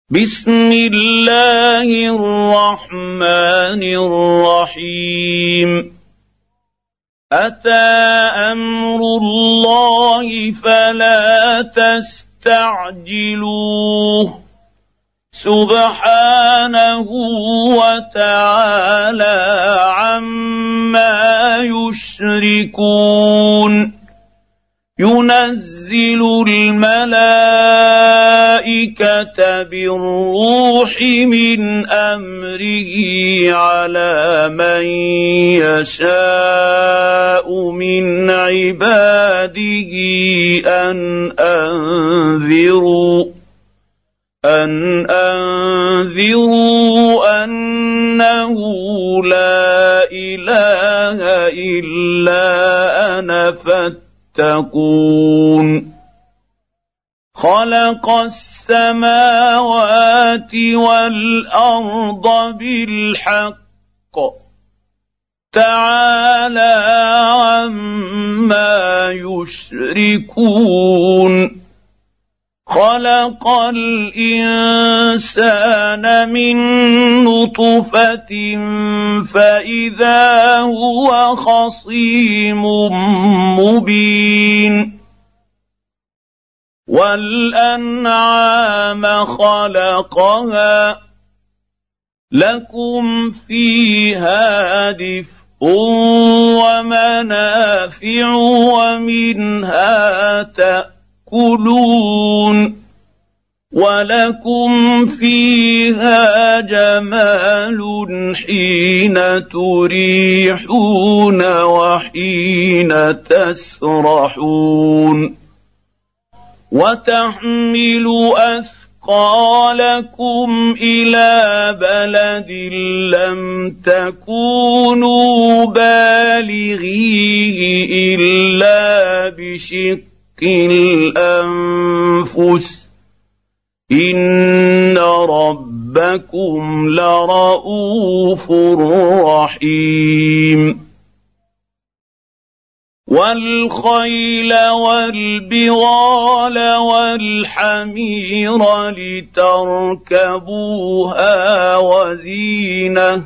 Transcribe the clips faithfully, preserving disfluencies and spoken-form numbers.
بسم الله الرحمن الرحيم أتى أمر الله فلا تستعجلوه سبحانه وتعالى عما يشركون ينزل الملائكة بالروح من أمره على من يشاء من عباده أن أنذروا أن أنذروا أنه لا إله إلا أنا فاتقون خلق السماوات والأرض بالحق تعالى عما يشركون خلق الإنسان من نطفة فإذا هو خصيم مبين والأنعام خلقها لكم فيها دفء ومنافع ومنها تأكلون ولكم فيها جمال حين تريحون وحين تسرحون وتحمل أثقالكم إلى بلد لم تكونوا بالغيه إلا بشق الأنفس إن ربكم لرءوف رحيم والخيل والبغال والحمير لتركبوها وزينة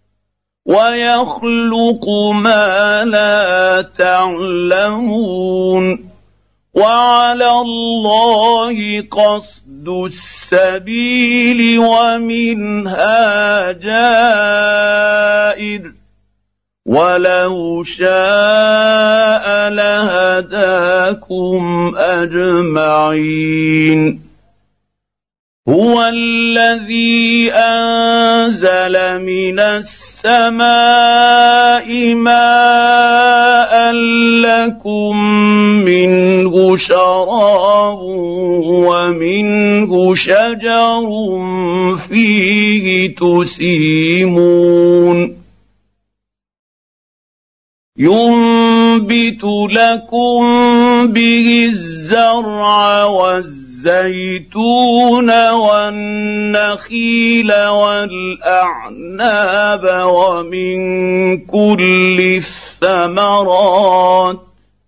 ويخلق ما لا تعلمون وعلى الله قصد السبيل ومنها جائر ولو شاء لهداكم أجمعين هو الذي أنزل من السماء ماء لكم منه شراب ومنه شجر فيه تسيمون ينبت لكم به الزرع والزيتون والنخيل والأعناب ومن كل الثمرات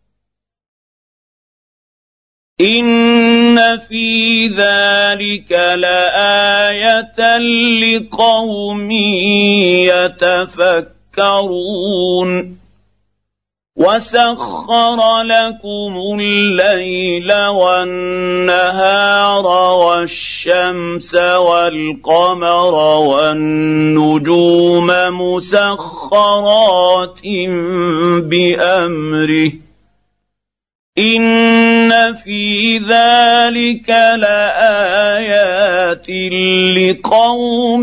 إن في ذلك لآية لقوم يتفكرون وسخر لكم الليل والنهار والشمس والقمر والنجوم مسخرات بأمره إن في ذلك لآيات لقوم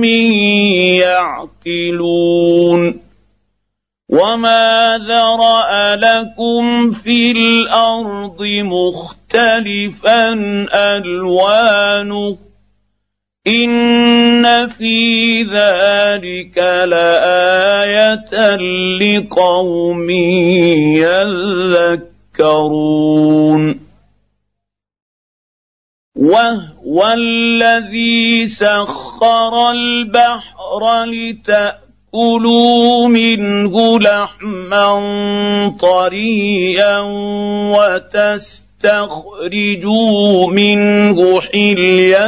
يعقلون وما ذرأ لكم في الأرض مختلفا ألوانه إن في ذلك لآية لقوم يذكرون وهو الذي سخر البحر لتأكلوا كلوا منه لحما طريا وتستخرجوا لتخرجوا منه حلية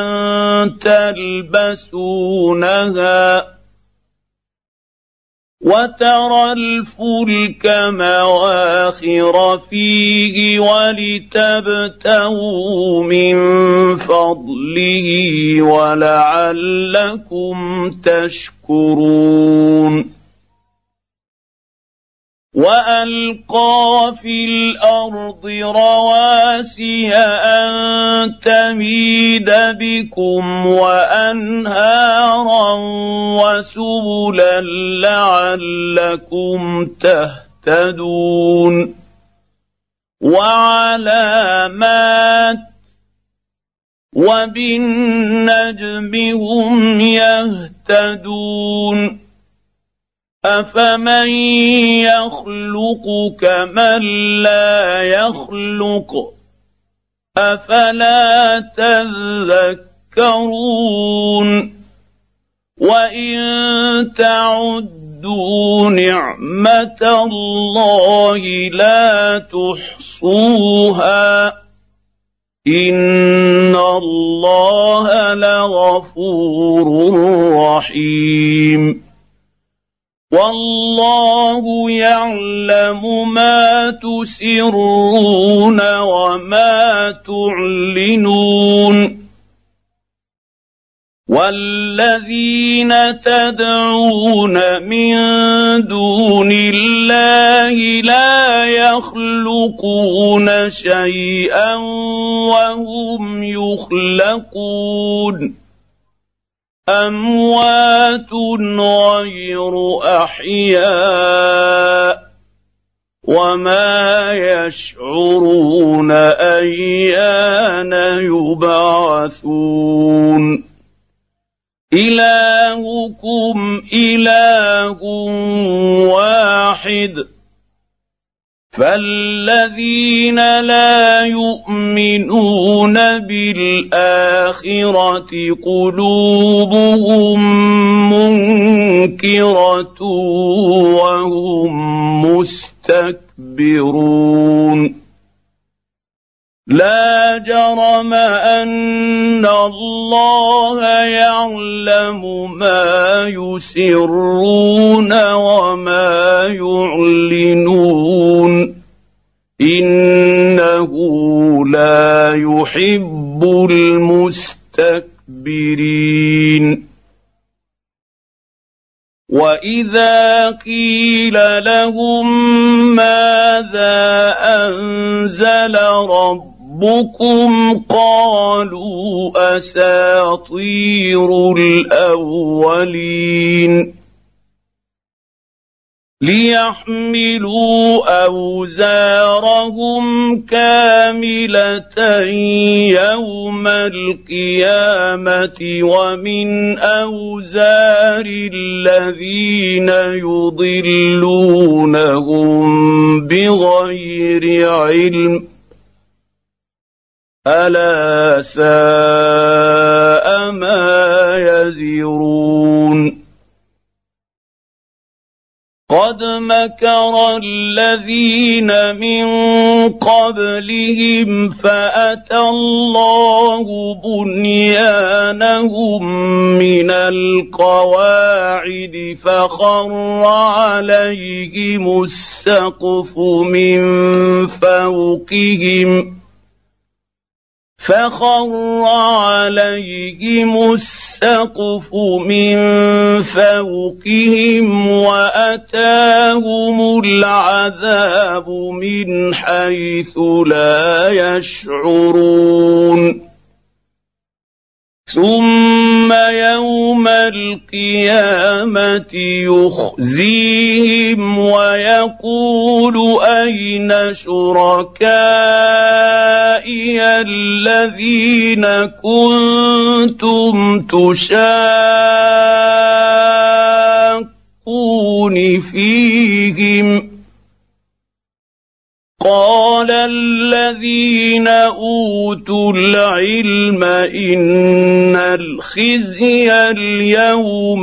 تلبسونها وترى الفلك مواخر فيه ولتبتغوا من فضله ولعلكم تشكرون وألقى في الأرض رواسي أن تميد بكم وأنهارا وسبلا لعلكم تهتدون وعلامات وبالنجم هم يهتدون أفمن يخلق كمن لا يخلق أفلا تذكرون وإن تعدوا نعمة الله لا تحصوها إن الله لغفور رحيم والله يعلم ما تسرون وما تعلنون والذين تدعون من دون الله لا يخلقون شيئا وهم يخلقون أموات غير أحياء وما يشعرون أيان يبعثون إلهكم إله واحد فالذين لا يؤمنون بالآخرة قلوبهم منكرة وهم مستكبرون لا جرم أن الله يعلم ما يسرون وما يعلنون إنه لا يحب المستكبرين وإذا قيل لهم ماذا أنزل ربكم قالوا أساطير الأولين ليحملوا أوزارهم كاملة يوم القيامة ومن أوزار الذين يضلونهم بغير علم ألا ساء ما يزرون قد مكر الذين من قبلهم فأتى الله بنيانهم من القواعد فخر عليهم السقف من فوقهم فخر عليهم السقف من فوقهم وأتاهم العذاب من حيث لا يشعرون ثم يوم القيامة يخزيهم ويقول أين شركائي الذين كنتم تشاقون فيهم قال الذين أوتوا العلم إن الخزي اليوم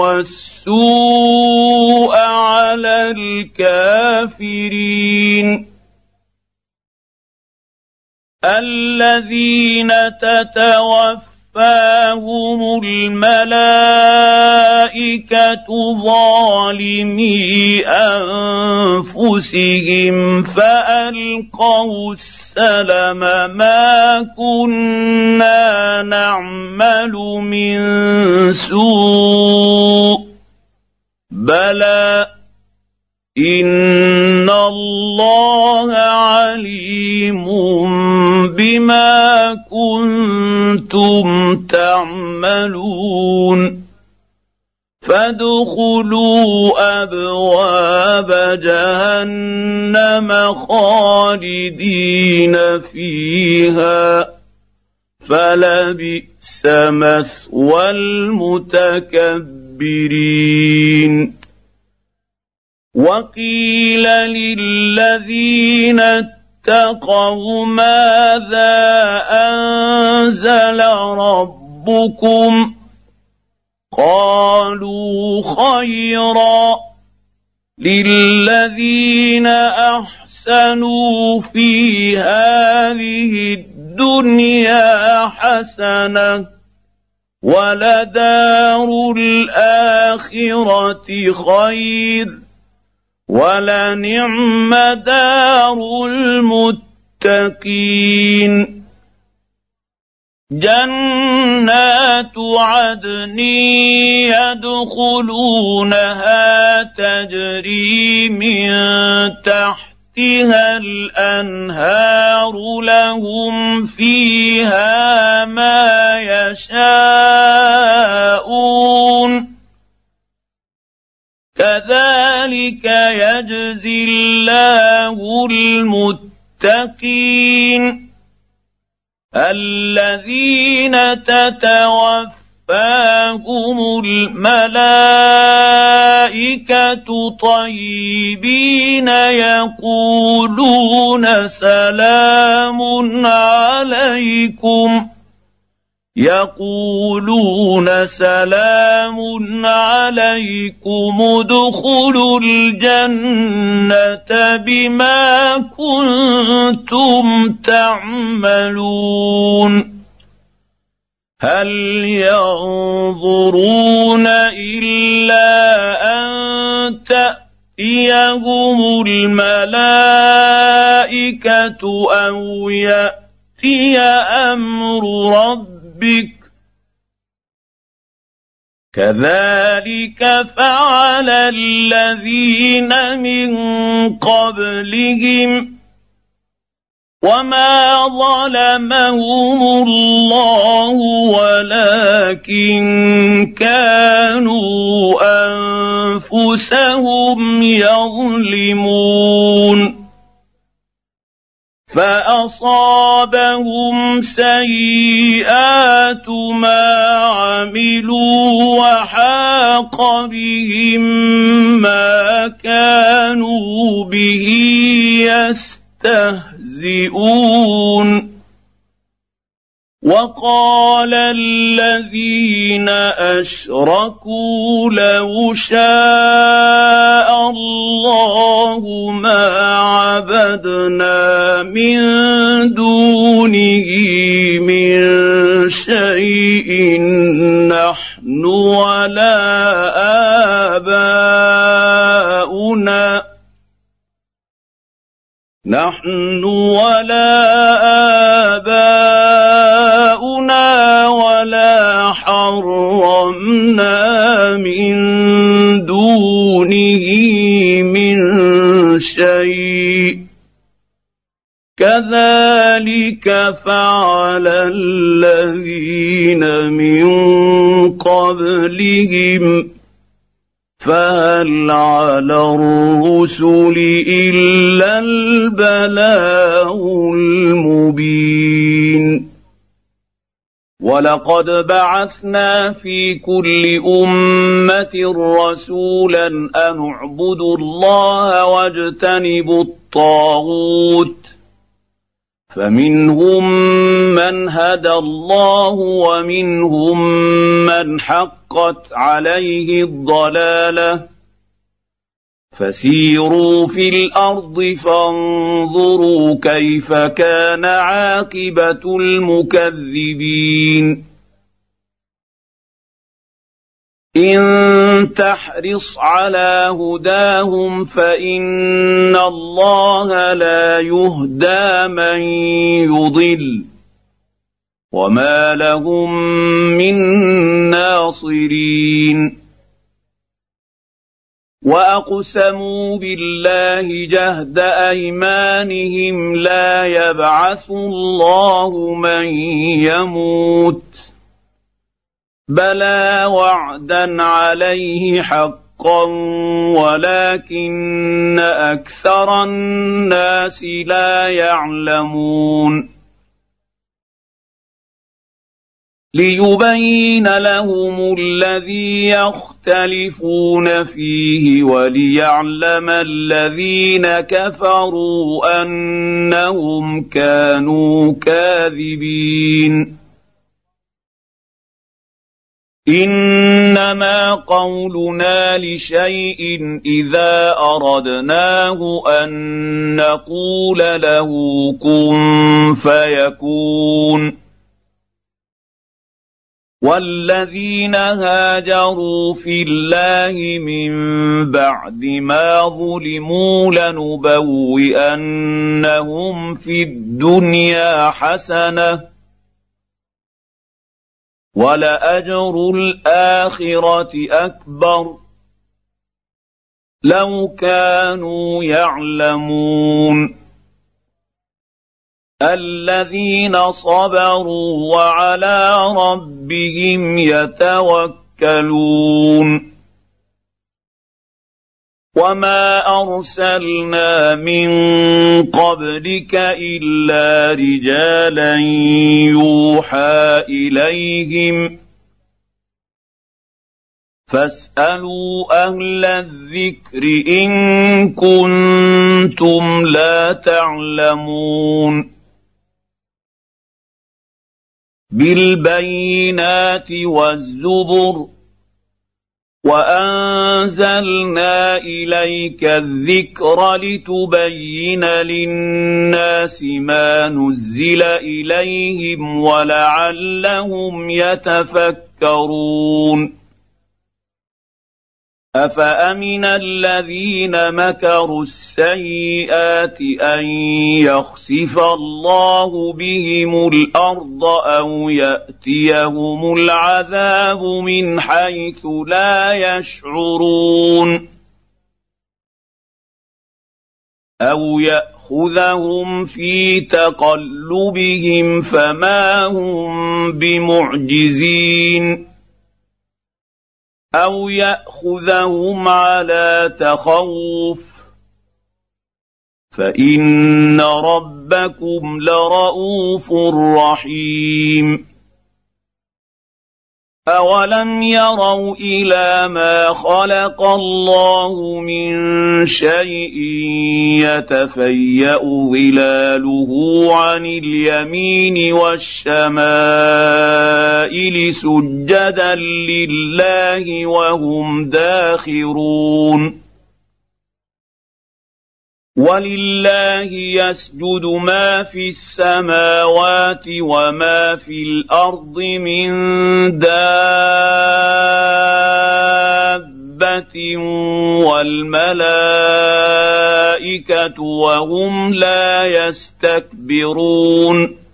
والسوء على الكافرين الذين تتوفاهم الملائكة ظالمي أنفسهم فألقوا السلم ما كنا نعمل من سوء بلى إن الله عليم بما كنتم تعملون فادخلوا أبواب جهنم خالدين فيها فلبئس مثوى المتكبرين وقيل للذين اتقوا ماذا أنزل ربكم قالوا خيرا للذين أحسنوا في هذه الدنيا حسنة ولدار الآخرة خير ولنعم دار المتقين جنات عدن يدخلونها تجري من تحتها الأنهار لهم فيها ما يشاءون كذلك يجزي الله المتقين الذين تتوفاهم الملائكة طيبين يقولون سلام عليكم يقولون سلام عليكم ادخلوا الجنة بما كنتم تعملون هل ينظرون إلا أن تأتيهم الملائكة أو يأتي أمر ربك بك كذلك فعل الذين من قبلهم وما ظلمهم الله ولكن كانوا أنفسهم يظلمون فأصابهم سيئات ما عملوا وحاق بهم ما كانوا به يستهزئون وقال الذين أشركوا لو شاء الله ما عبدنا من دونه من شيء نحن ولا آباؤنا نحن ولا آباؤنا ولا حرمنا من دونه من شيء كذلك فعل الذين من قبلهم فهل على الرسل إلا البلاغ المبين ولقد بعثنا في كل أمة رسولا أن اعبدوا الله واجتنبوا الطاغوت فمنهم من هدى الله ومنهم من حقت عليه الضلاله فسيروا في الارض فانظروا كيف كان عاقبه المكذبين ان تحرص على هداهم فان الله لا يهدى من يضل وما لهم من ناصرين واقسموا بالله جهد ايمانهم لا يبعث الله من يموت بلى وعدا عليه حقا ولكن اكثر الناس لا يعلمون ليبين لهم الذي يختلفون فيه وليعلم الذين كفروا انهم كانوا كاذبين انما قولنا لشيء اذا اردناه ان نقول له كن فيكون والذين هاجروا في الله من بعد ما ظلموا لنبوئنهم في الدنيا حسنه ولأجر الآخرة أكبر لو كانوا يعلمون الذين صبروا وعلى ربهم يتوكلون وما أرسلنا من قبلك إلا رجالا يوحى إليهم فاسألوا أهل الذكر إن كنتم لا تعلمون بالبينات والزبر وأنزلنا إليك الذكر لتبين للناس ما نزل إليهم ولعلهم يتفكرون أفأمن الذين مكروا السيئات أن يخسف الله بهم الأرض أو يأتيهم العذاب من حيث لا يشعرون أو يأخذهم في تقلبهم فما هم بمعجزين أو يأخذهم على تخوف فإن ربكم لرءوف رحيم أولم يروا إلى ما خلق الله من شيء يتفيأ ظلاله عن اليمين والشمائل سجدا لله وهم داخرون ولله يسجد ما في السماوات وما في الأرض من دابة والملائكة وهم لا يستكبرون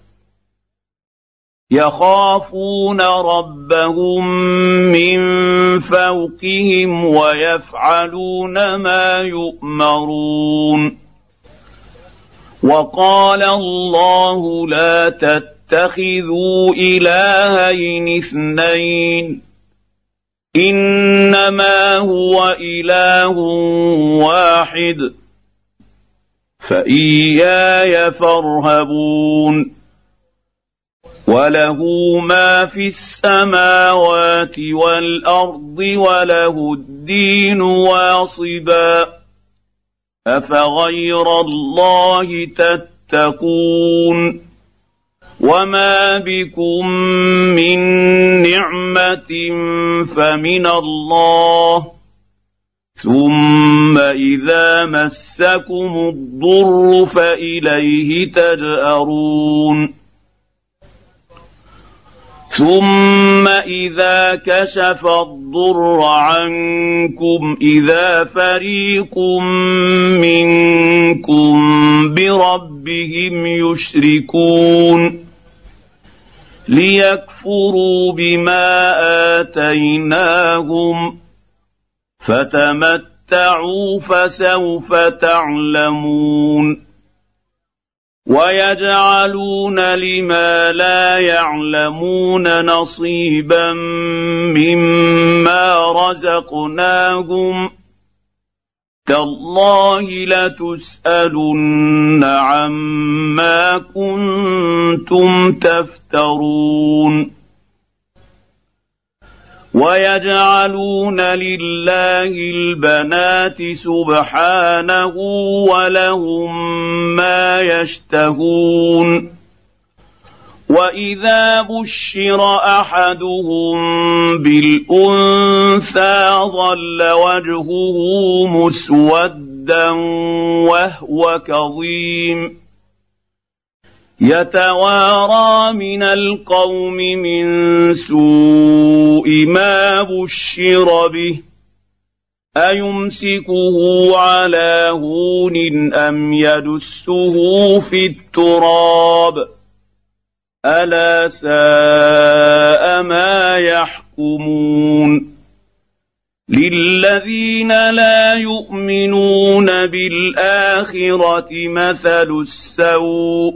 يخافون ربهم من فوقهم ويفعلون ما يؤمرون وقال الله لا تتخذوا إلهين اثنين إنما هو إله واحد فإياي فارهبون وله ما في السماوات والأرض وله الدين واصبا أفغير الله تتقون وما بكم من نعمة فمن الله ثم إذا مسكم الضر فإليه تجأرون ثم إذا كشف الضر عنكم إذا فريق منكم بربهم يشركون ليكفروا بما آتيناهم فتمتعوا فسوف تعلمون ويجعلون لما لا يعلمون نصيبا مما رزقناهم تالله لتسألن عما كنتم تفترون ويجعلون لله البنات سبحانه ولهم ما يشتهون وإذا بشر أحدهم بالأنثى ظل وجهه مسودا وهو كظيم يتوارى من القوم من سوء ما بشر به أيمسكه على هون أم يدسه في التراب ألا ساء ما يحكمون للذين لا يؤمنون بالآخرة مثل السوء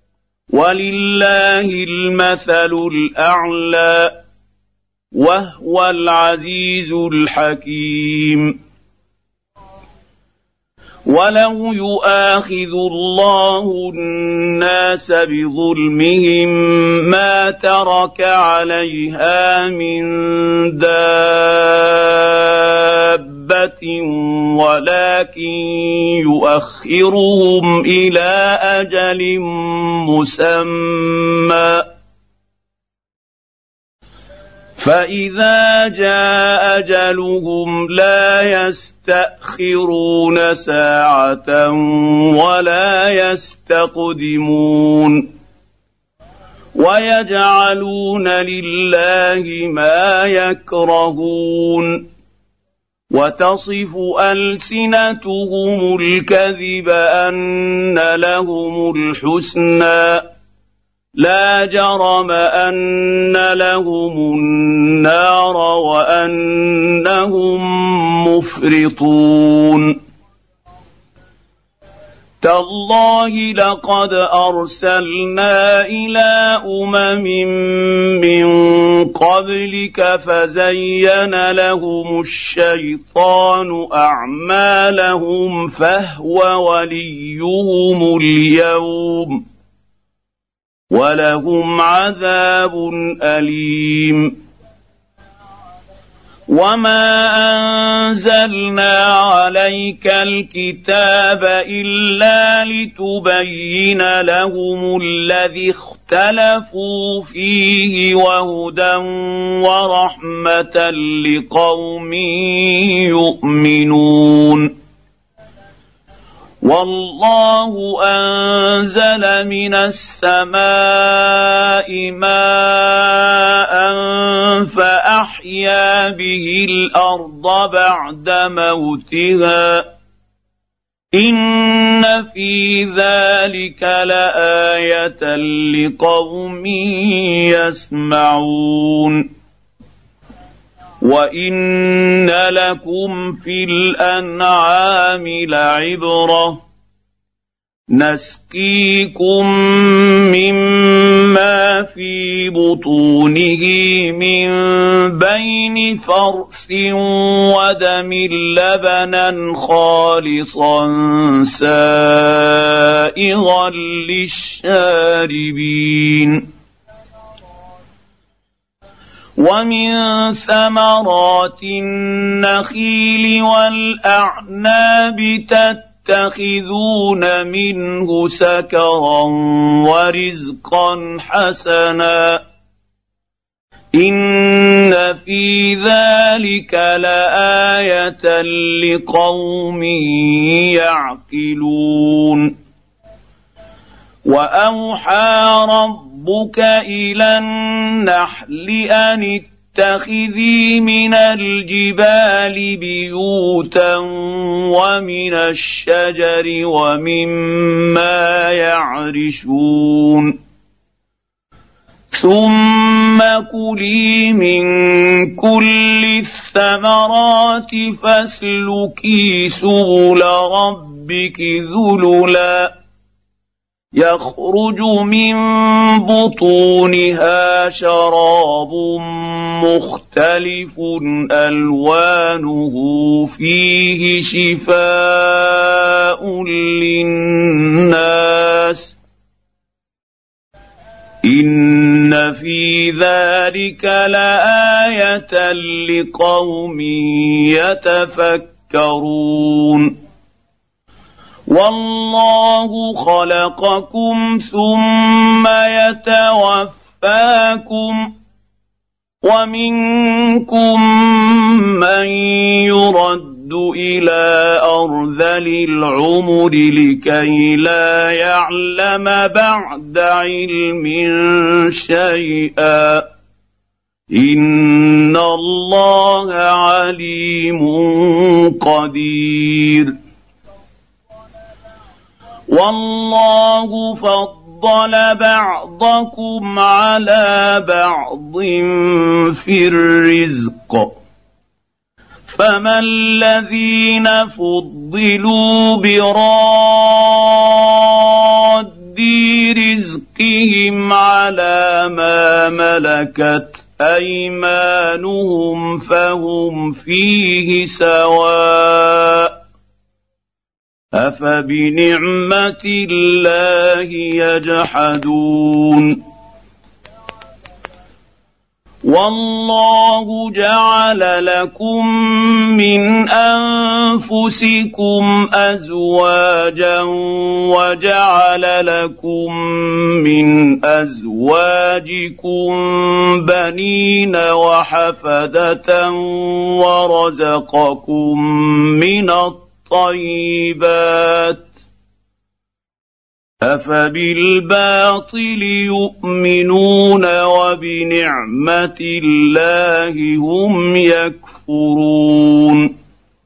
ولله المثل الأعلى وهو العزيز الحكيم ولو يؤاخذ الله الناس بظلمهم ما ترك عليها من دابة ولكن يؤخرهم إلى أجل مسمى فإذا جاء أجلهم لا يستأخرون ساعة ولا يستقدمون ويجعلون لله ما يكرهون وتصف ألسنتهم الكذب أن لهم الحسنى لا جرم أن لهم النار وأنهم مفرطون تالله لقد أرسلنا إلى أمم من قبلك فزين لهم الشيطان أعمالهم فهو وليهم اليوم ولهم عذاب أليم وما أنزلنا عليك الكتاب إلا لتبين لهم الذي اختلفوا فيه وهدى ورحمة لقوم يؤمنون والله أنزل من السماء ماء فأحيا به الأرض بعد موتها إن في ذلك لآية لقوم يسمعون وإن لكم في الأنعام لعبرة نسقيكم مما في بطونه من بين فرث ودم لبنا خالصا سائغا للشاربين ومن ثمرات النخيل والأعناب تتخذون منه سكرا ورزقا حسنا إن في ذلك ذلك لآية لقوم يعقلون وأوحى ربك إلى النحل أن اتخذي من الجبال بيوتا ومن الشجر ومما يعرشون ثم كلي من كل الثمرات فاسلكي سبل ربك ذللا يخرج من بطونها شراب مختلف ألوانه فيه شفاء للناس إن في ذلك لآية لقوم يتفكرون والله خلقكم ثم يتوفاكم ومنكم من يرد إلى أرذل العمر لكي لا يعلم بعد علم شيئا إن الله عليم قدير والله فضل بعضكم على بعض في الرزق فما الذين فضلوا براد رزقهم على ما ملكت أيمانهم فهم فيه سواء أفبنعمة الله يجحدون والله جعل لكم من أنفسكم أزواجا وجعل لكم من أزواجكم بنين وحفدة ورزقكم من الطيبات أفبالباطل يؤمنون وبنعمة الله هم يكفرون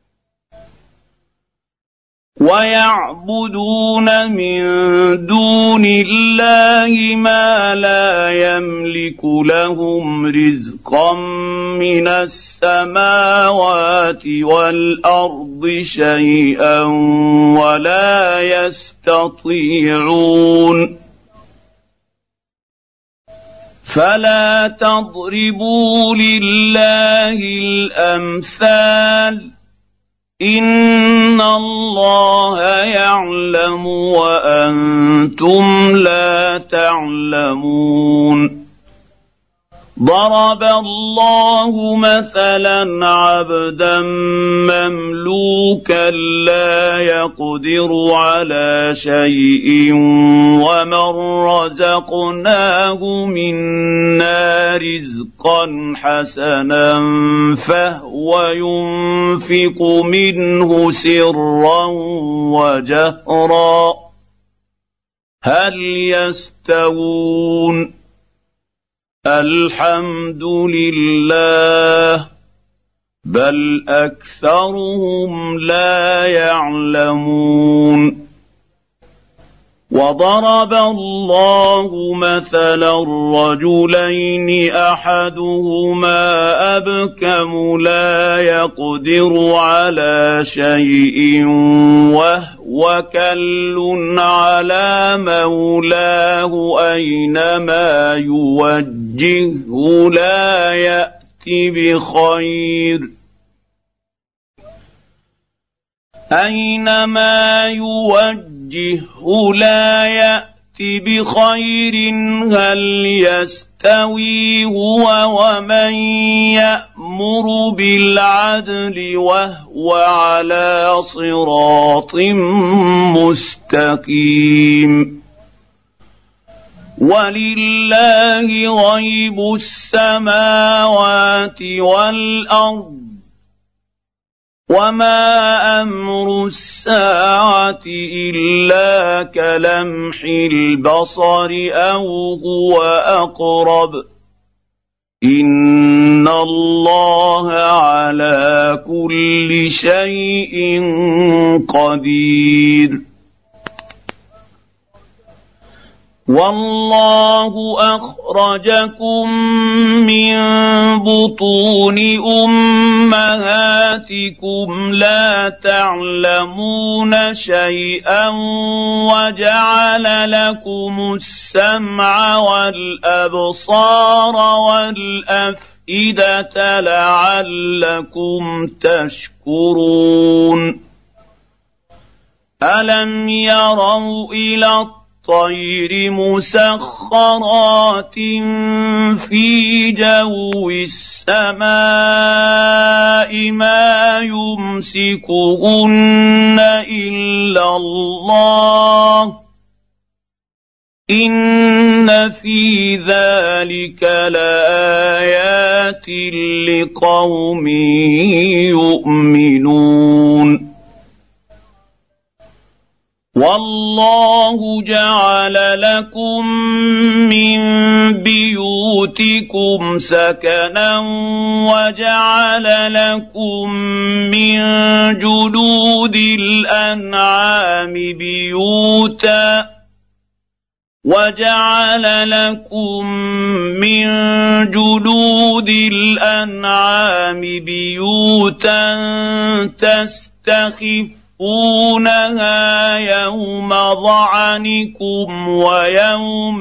ويعبدون من دون الله ما لا يملك لهم رزقا من السماوات والأرض شيئا ولا يستطيعون فلا تضربوا لله الأمثال إن الله يعلم وأنتم لا تعلمون ضرب الله مثلا عبدا مملوكا لا يقدر على شيء ومن رزقناه منا رزقا حسنا فهو ينفق منه سرا وجهرا هل يستوون الحمد لله بل أكثرهم لا يعلمون وضرب الله مثلا رجلين أحدهما أبكم لا يقدر على شيء وهو كل على مولاه أينما يوجهه لا يأتي بخير أينما يوجهه جهه لا يأتي بخير هل يستوي هو ومن يأمر بالعدل وهو على صراط مستقيم ولله غيب السماوات والارض وما امر الساعه الا كلمح البصر او هو اقرب ان الله على كل شيء قدير والله اخرجكم من بطون امهاتكم لا تعلمون شيئا وجعل لكم السمع والابصار والافئده لعلكم تشكرون الم يروا الى الطير مسخرات في جو السماء ما يمسكهن الا الله ان في ذلك لايات لقوم يؤمنون والله جعل لكم من بيوتكم سكنا وجعل لكم من جلود الانعام بيوتا وجعل لكم من جلود الانعام بيوتا تستخفون تخفونها يوم ظعنكم ويوم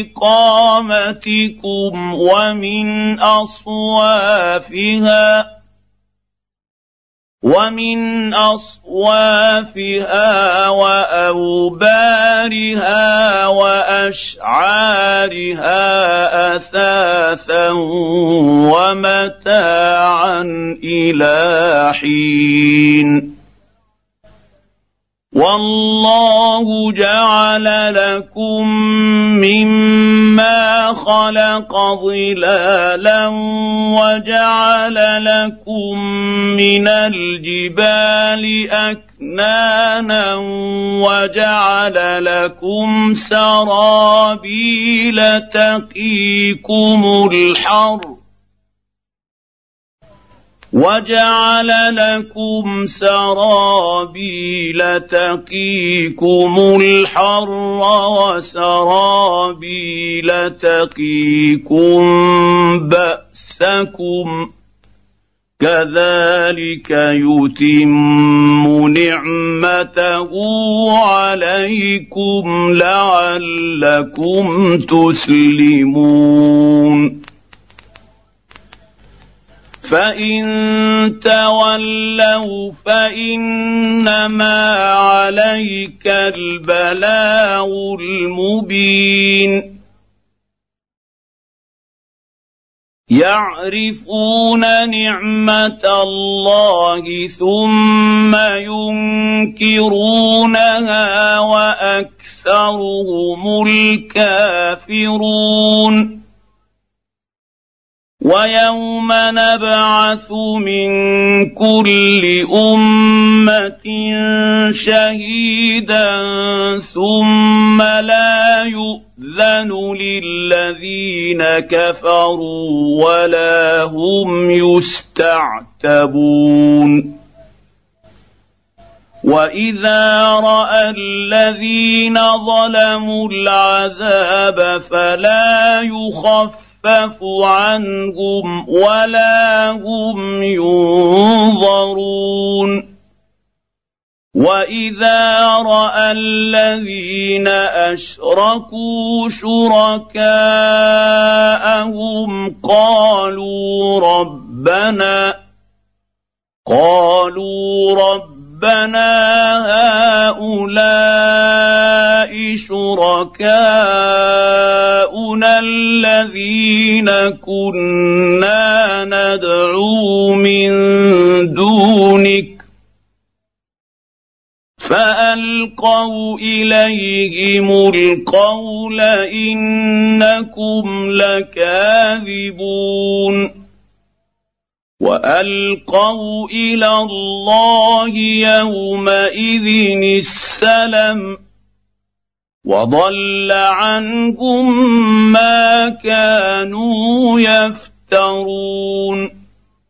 إقامتكم ومن أصوافها ومن أصوافها وأوبارها وأشعارها أثاثا ومتاعا إلى حين والله جعل لكم مما خلق ظلالا وجعل لكم من الجبال أكنانا وجعل لكم سرابيل تقيكم الحر وجعل لكم سرابيل تقيكم الحر وسرابيل تقيكم بأسكم كذلك يتم نعمته عليكم لعلكم تسلمون فإن تولوا فإنما عليك البلاغ المبين يعرفون نعمة الله ثم ينكرونها وأكثرهم الكافرون ويوم نبعث من كل أمة شهيدا ثم لا يؤذن للذين كفروا ولا هم يستعتبون وإذا رأى الذين ظلموا العذاب فلا يخفف يخفف عنهم ولا هم ينظرون وإذا رأى الذين أشركوا شركاءهم قالوا ربنا قالوا ربنا هؤلاء شركاؤنا الذين كنا ندعو من دونك فألقوا إليهم القول إنكم لكاذبون وألقوا إلى الله يومئذ السلم وضل عنهم ما كانوا يفترون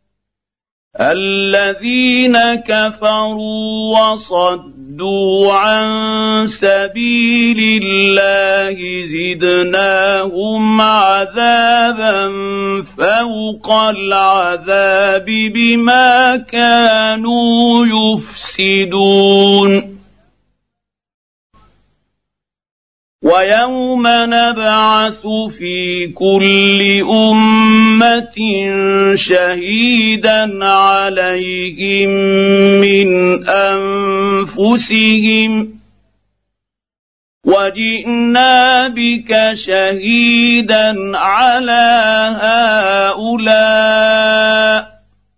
الذين كفروا وصدوا عن سبيل الله زدناهم عذابا فوق العذاب بما كانوا يفسدون ويوم نبعث في كل أمة شهيدا عليهم من أنفسهم وجئنا بك شهيدا على هؤلاء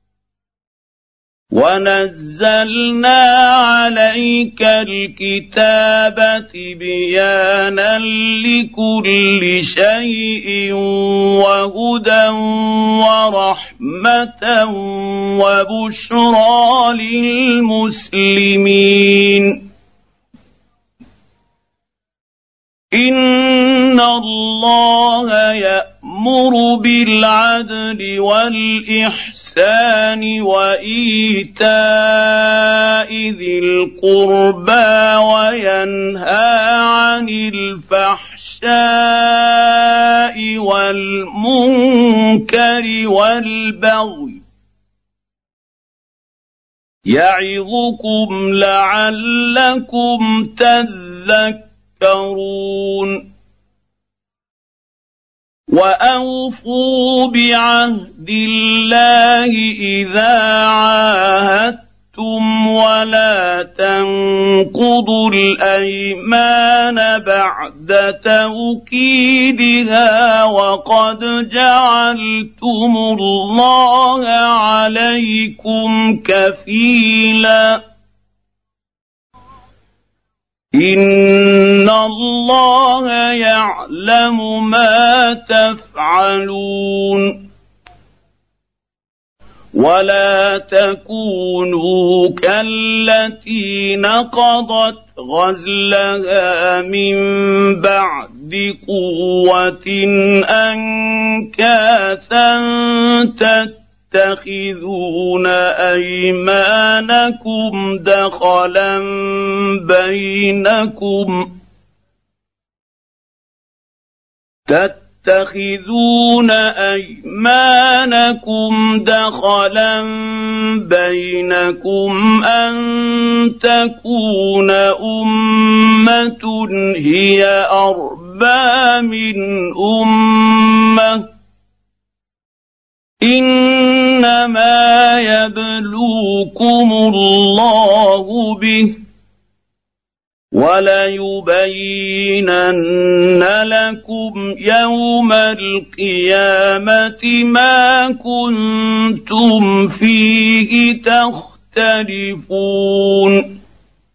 ونزلنا عليك الكتاب تبيانا لكل شيء وهدى ورحمة وبشرى للمسلمين إن الله يأمر بالعدل والإحسان وإيتاء ذي القربى وينهى عن الفحشاء والمنكر والبغي يعظكم لعلكم تذكرون وأوفوا بعهد الله إذا عاهدتم ولا تنقضوا الأيمان بعد توكيدها وقد جعلتم الله عليكم كفيلا إن الله يعلم ما تفعلون ولا تكونوا كالتي نقضت غزلها من بعد قوة أنكاثا تتخذون أيمانكم دخلا بينكم تتخذون أيمانكم دخلا بينكم أن تكون أمة هي أربى من أمة إنما يبلوكم الله به وليبينن لكم يوم القيامة ما كنتم فيه تختلفون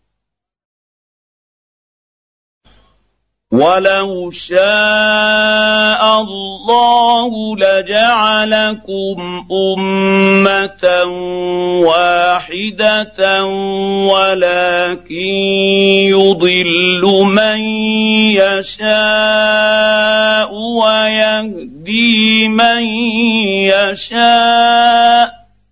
ولو شاء الله لجعلكم أمة واحدة ولكن يضل من يشاء ويهدي من يشاء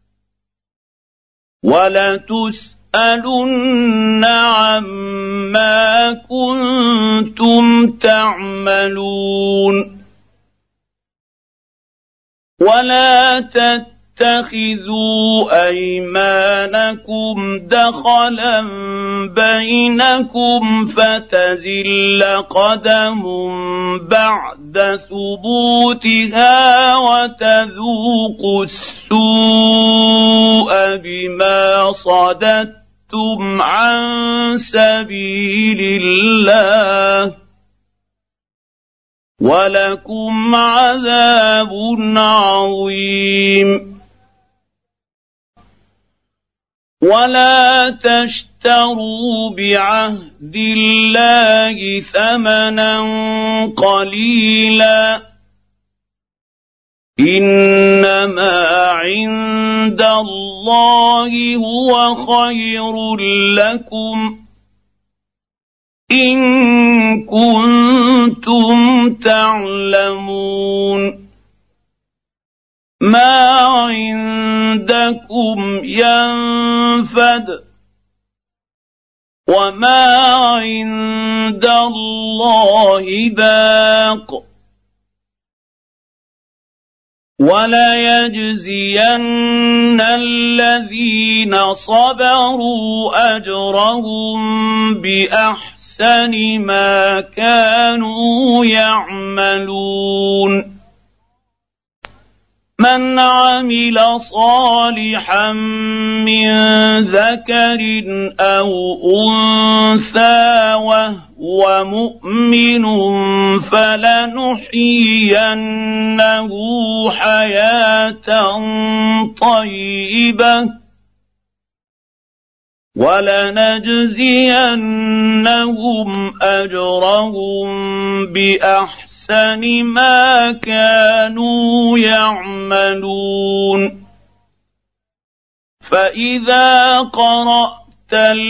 ولتسألن عما كنتم تعملون ولا تتخذوا أيمانكم دخلا بينكم فتزل قدم بعد ثبوتها وتذوقوا السوء بما صددتم عن سبيل الله ولكم عذاب عظيم ولا تشتروا بعهد الله ثمنا قليلا انما عند الله هو خير لكم ان كنتم تعلمون ما عندكم ينفد وما عند الله باق وليجزين الذين صبروا اجرهم باحسن ما كانوا يعملون من عمل صالحا من ذكر او انثى وهو مؤمن فلنحيينه حياه طيبه ولنجزينهم اجرهم باحسن ما كانوا يعملون فاذا قرات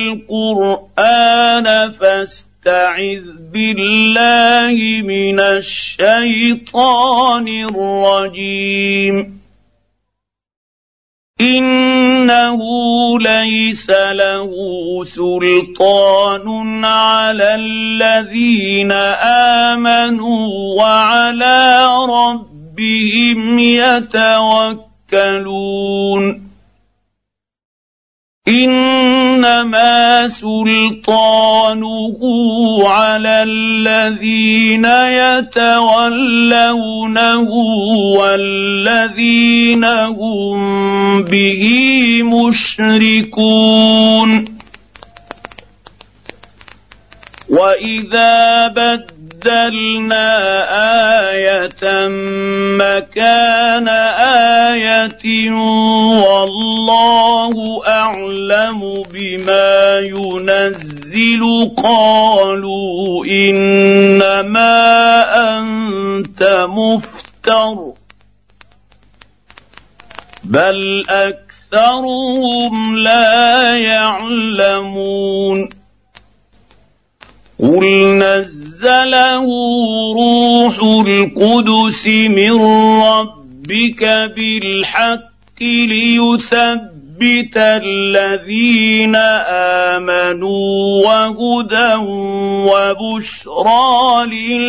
القران فاستعذ بالله من الشيطان الرجيم انه ليس له سلطان على الذين امنوا وعلى ربهم يتوكلون انما سلطانه على الذين يتولونه والذين هم به مشركون واذا بدلنا ايه مكان ايه والله اعلم بما ينزل قالوا انما انت مفتر بل اكثرهم لا يعلمون قل نزله روح القدس من ربك بالحق ليثبت الذين امنوا وهدى وبشرى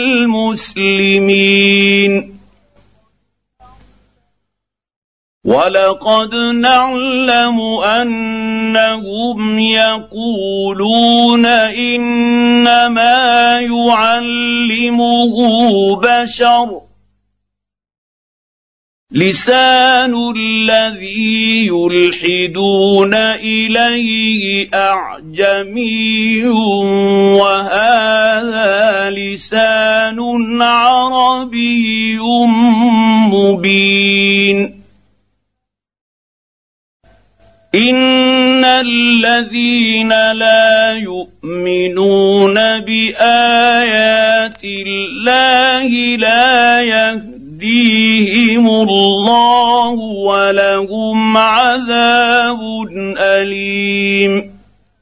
للمسلمين ولقد نعلم انهم يقولون انما يعلمه بشر لسان الذي يلحدون اليه اعجمي وهذا لسان عربي مبين ان الذين لا يؤمنون بايات الله لا يهديهم الله ولهم عذاب اليم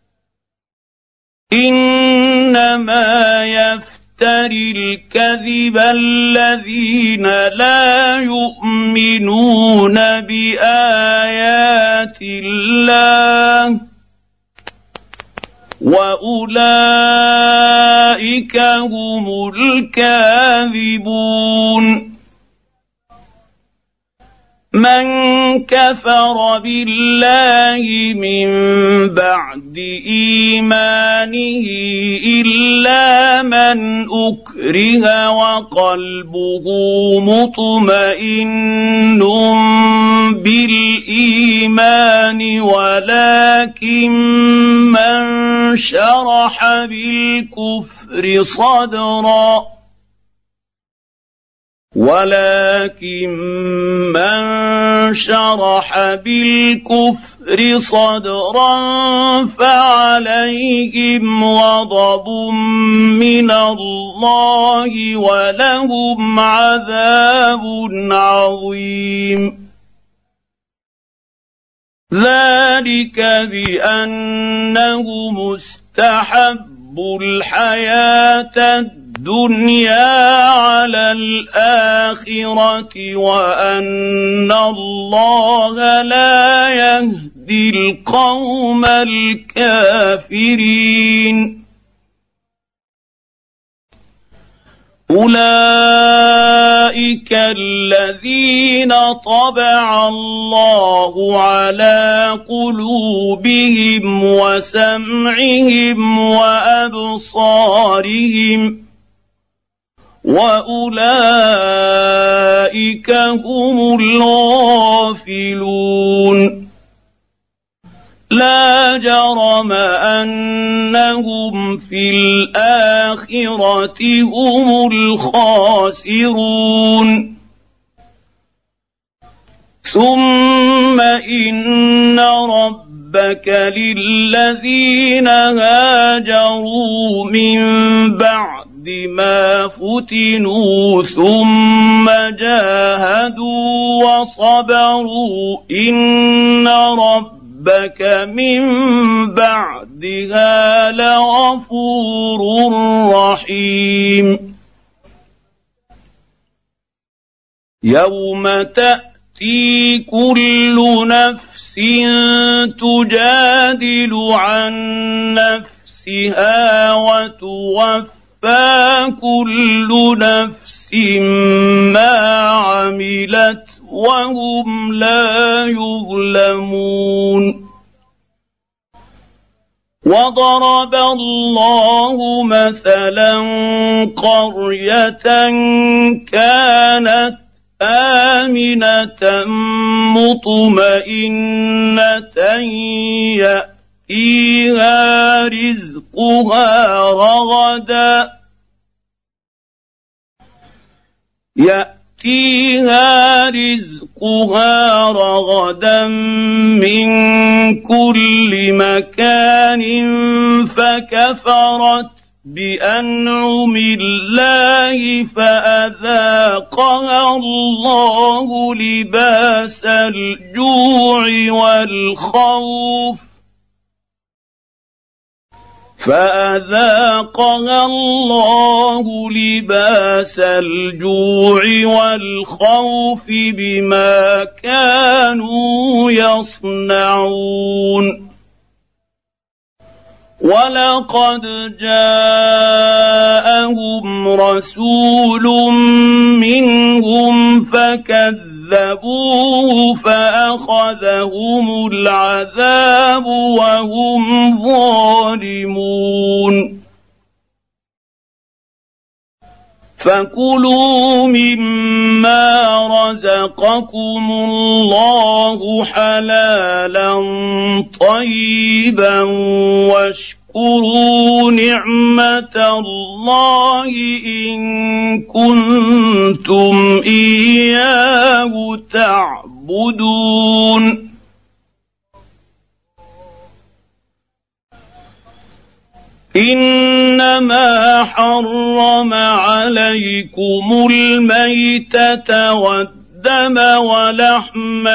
انما يفتر الكذب الذين لا يؤمنون بايات الله واولئك هم الكاذبون من كفر بالله من بعد ايمانه الا من اكره وقلبه مطمئن بالايمان ولكن من شرح بالكفر صدرا ولكن من شرح بالكفر صدرا فعليهم غضب من الله ولهم عذاب عظيم. ذلك بأنه مستحب الحياة الدنيا على الآخرة وأن الله لا يهدي القوم الكافرين. أولئك الذين طبع الله على قلوبهم وسمعهم وأبصارهم وأولئك هم الغافلون. لا جرم أنهم في الآخرة هم الخاسرون. ثم إن ربك للذين هاجروا من بعد ما فتنوا ثم جاهدوا وصبروا إن ربك من بعدها لغفور رحيم. يوم تأتي كل نفس تجادل عن نفسها وتوفى كل نفس ما عملت وهم لا يظلمون. وضرب الله مثلا قرية كانت آمنة مطمئنة يأتيها رزقها رغدا يأتيها رزقها رغدا من كل مكان فكفرت بأنعم الله فأذاقها الله لباس الجوع والخوف فأذاقها الله لباس الجوع والخوف بما كانوا يصنعون. ولقد جاءهم رسول منهم فكذبوه فأخذهم العذاب وهم ظالمون. فكلوا مما رزقكم الله حلالا طيبا واشكروا نعمة الله إن كنتم إياه تعبدون. إنما حرم عليكم الميتة والدم ولحم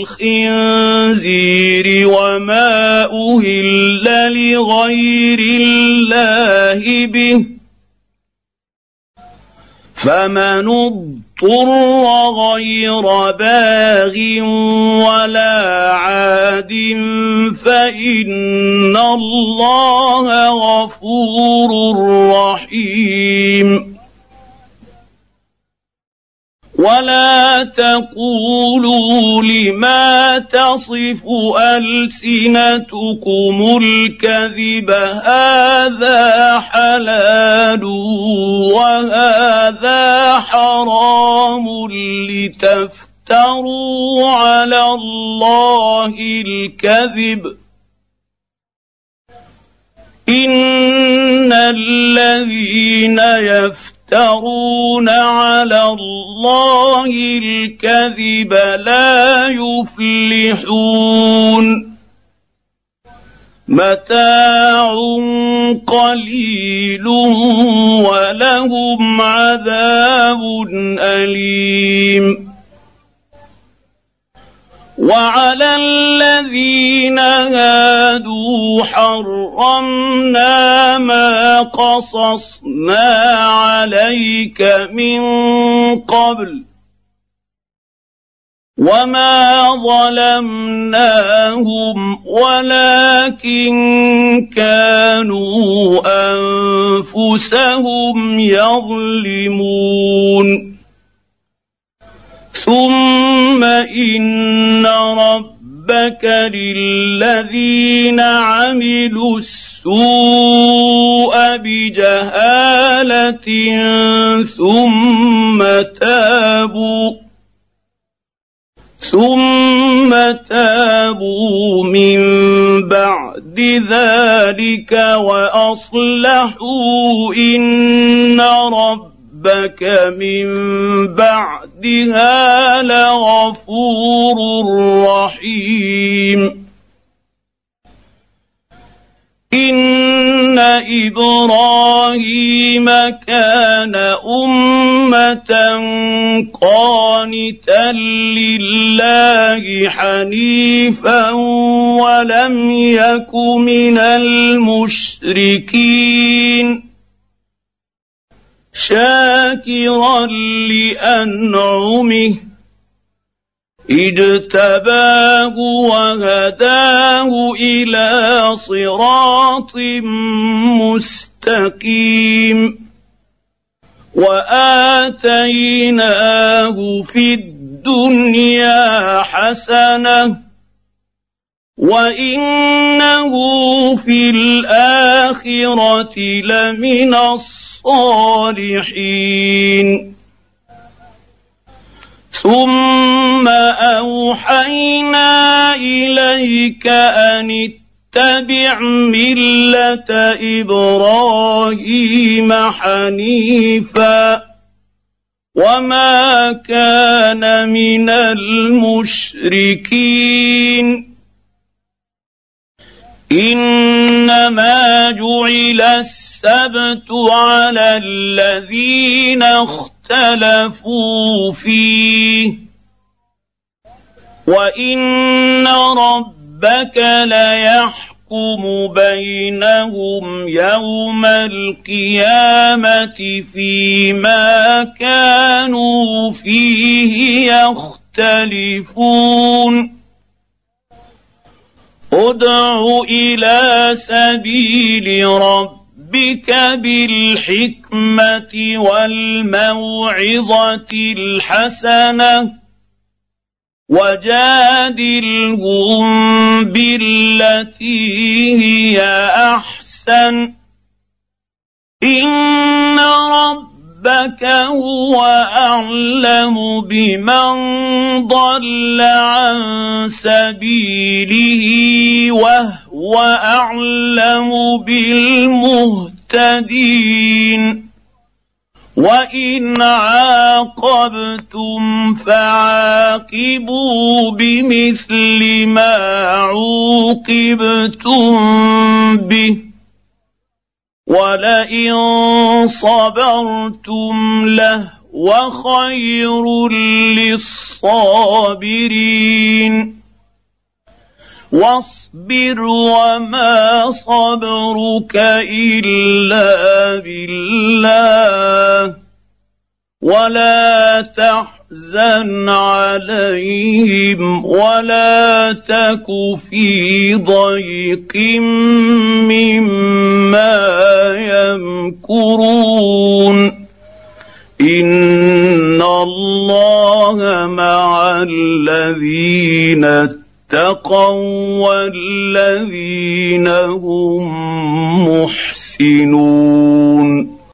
الخنزير وما أهل لغير الله به فمن اضطر غير باغ ولا عاد فإن الله غفور رحيم. ولا تقولوا لما تصف ألسنتكم الكذب هذا حلال وهذا حرام لتفتروا على الله الكذب إن الذين يفترون يفترون على الله الكذب لا يفلحون متاع قليل ولهم عذاب أليم وعلى الذين هادوا حرمنا ما قصصنا عليك من قبل وما ظلمناهم ولكن كانوا أنفسهم يظلمون ثم إن ربك للذين عملوا السوء بجهالة ثم تابوا ثم تابوا من بعد ذلك وأصلحوا إن ربك من بعدها لغفور رحيم إن إبراهيم كان أمة قانتا لله حنيفا ولم يك من المشركين شاكرا لأنعمه اجتباه وهداه إلى صراط مستقيم وآتيناه في الدنيا حسنة وإنه في الآخرة لمن الصالحين ثم أوحينا إليك أن اتبع ملة إبراهيم حنيفا وما كان من المشركين إنما جعل السبت على الذين اختلفوا فيه وإن ربك ليحكم بينهم يوم القيامة فيما كانوا فيه يختلفون ادع إلى سبيل ربك بالحكمة والموعظة الحسنة وجادلهم بالتي هي أحسن إن ربك هو أعلم بمن ضل عن سبيله وهو أعلم بالمهتدين وإن عاقبتم فعاقبوا بمثل ما عوقبتم به ولئن صبرتم لهو خير للصابرين واصبر وما صبرك إلا بالله ولا تحزن عليهم ولا تك في ضيق مما يمكرون إن الله مع الذين اتقوا والذين هم محسنون